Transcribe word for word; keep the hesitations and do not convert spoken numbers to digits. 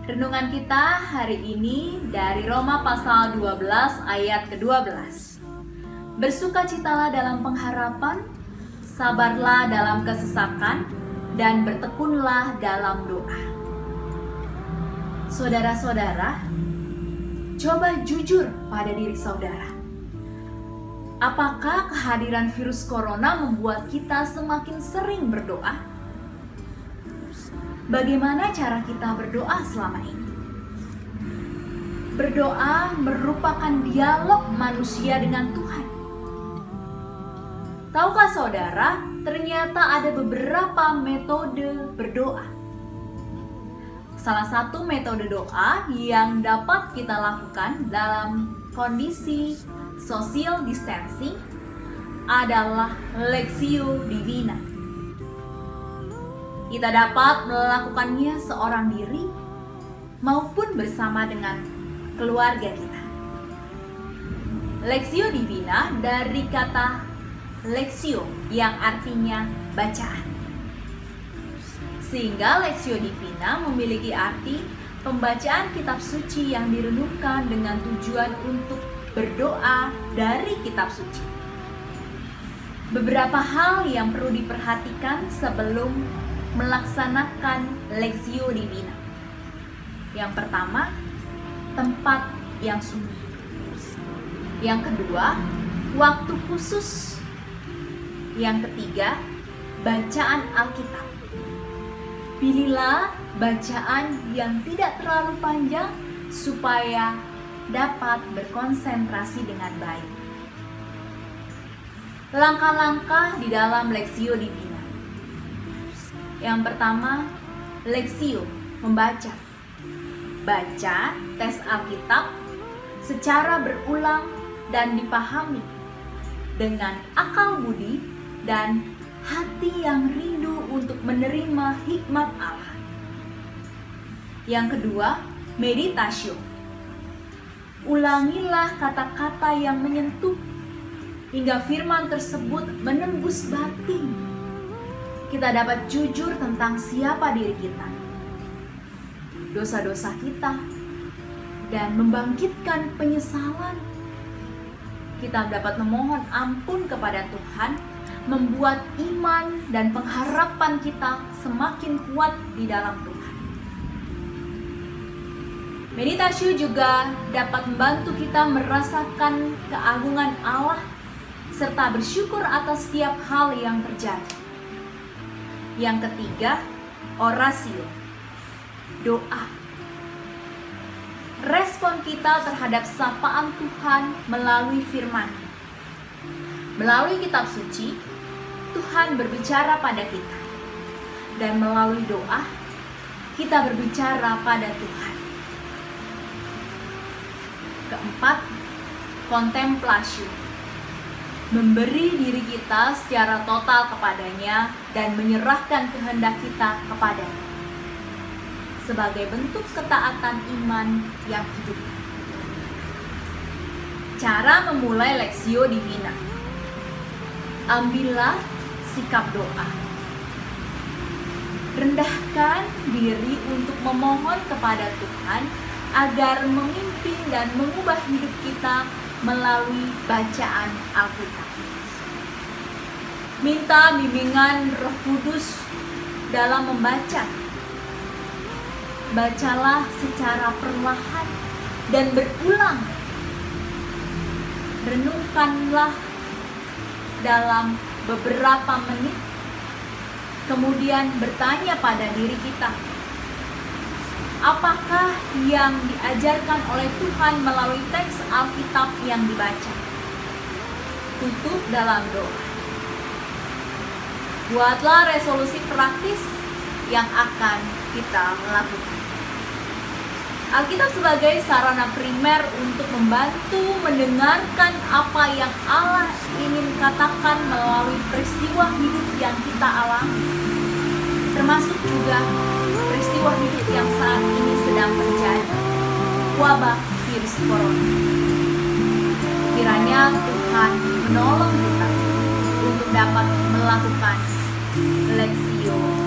Renungan kita hari ini dari Roma pasal dua belas ayat kedua belas. Bersukacitalah dalam pengharapan, sabarlah dalam kesesakan, dan bertekunlah dalam doa. Saudara-saudara, coba jujur pada diri saudara. Apakah kehadiran virus corona membuat kita semakin sering berdoa? Bagaimana cara kita berdoa selama ini? Berdoa merupakan dialog manusia dengan Tuhan. Tahukah saudara, ternyata ada beberapa metode berdoa. Salah satu metode doa yang dapat kita lakukan dalam kondisi social distancing adalah Lectio Divina. Kita dapat melakukannya seorang diri maupun bersama dengan keluarga kita. Lectio Divina dari kata Lectio yang artinya bacaan. Sehingga Lectio Divina memiliki arti pembacaan kitab suci yang direnungkan dengan tujuan untuk berdoa dari kitab suci. Beberapa hal yang perlu diperhatikan sebelum melaksanakan Lectio Divina. Yang pertama, tempat yang sunyi. Yang kedua, waktu khusus. Yang ketiga, bacaan Alkitab. Pilihlah bacaan yang tidak terlalu panjang supaya dapat berkonsentrasi dengan baik. Langkah-langkah di dalam Lectio Divina. Yang pertama, Lectio, membaca. Baca teks Alkitab secara berulang dan dipahami dengan akal budi dan hati yang rindu untuk menerima hikmat Allah. Yang kedua, meditasio. Ulangilah kata-kata yang menyentuh hingga firman tersebut menembus batin. Kita dapat jujur tentang siapa diri kita, dosa-dosa kita, dan membangkitkan penyesalan. Kita dapat memohon ampun kepada Tuhan, membuat iman dan pengharapan kita semakin kuat di dalam Tuhan. Meditasi juga dapat membantu kita merasakan keagungan Allah serta bersyukur atas setiap hal yang terjadi. Yang ketiga, orasio, doa. Respon kita terhadap sapaan Tuhan melalui firman. Melalui kitab suci, Tuhan berbicara pada kita. Dan melalui doa, kita berbicara pada Tuhan. Keempat, kontemplasi. Memberi diri kita secara total kepadanya dan menyerahkan kehendak kita kepadanya sebagai bentuk ketaatan iman yang hidup. Cara memulai Lectio Divina. Ambillah sikap doa. Rendahkan diri untuk memohon kepada Tuhan agar memimpin dan mengubah hidup kita melalui bacaan Alkitab. Minta bimbingan Roh Kudus dalam membaca. Bacalah secara perlahan dan berulang. Renungkanlah dalam beberapa menit. Kemudian bertanya pada diri kita, apakah yang diajarkan oleh Tuhan melalui teks Alkitab yang dibaca? Tutup dalam doa. Buatlah resolusi praktis yang akan kita lakukan. Alkitab sebagai sarana primer untuk membantu mendengarkan apa yang Allah ingin katakan melalui peristiwa hidup yang kita alami, termasuk juga peristiwa hidup yang saat ini sedang terjadi, wabah virus corona. Kiranya Tuhan menolong kita untuk dapat melakukan Lectio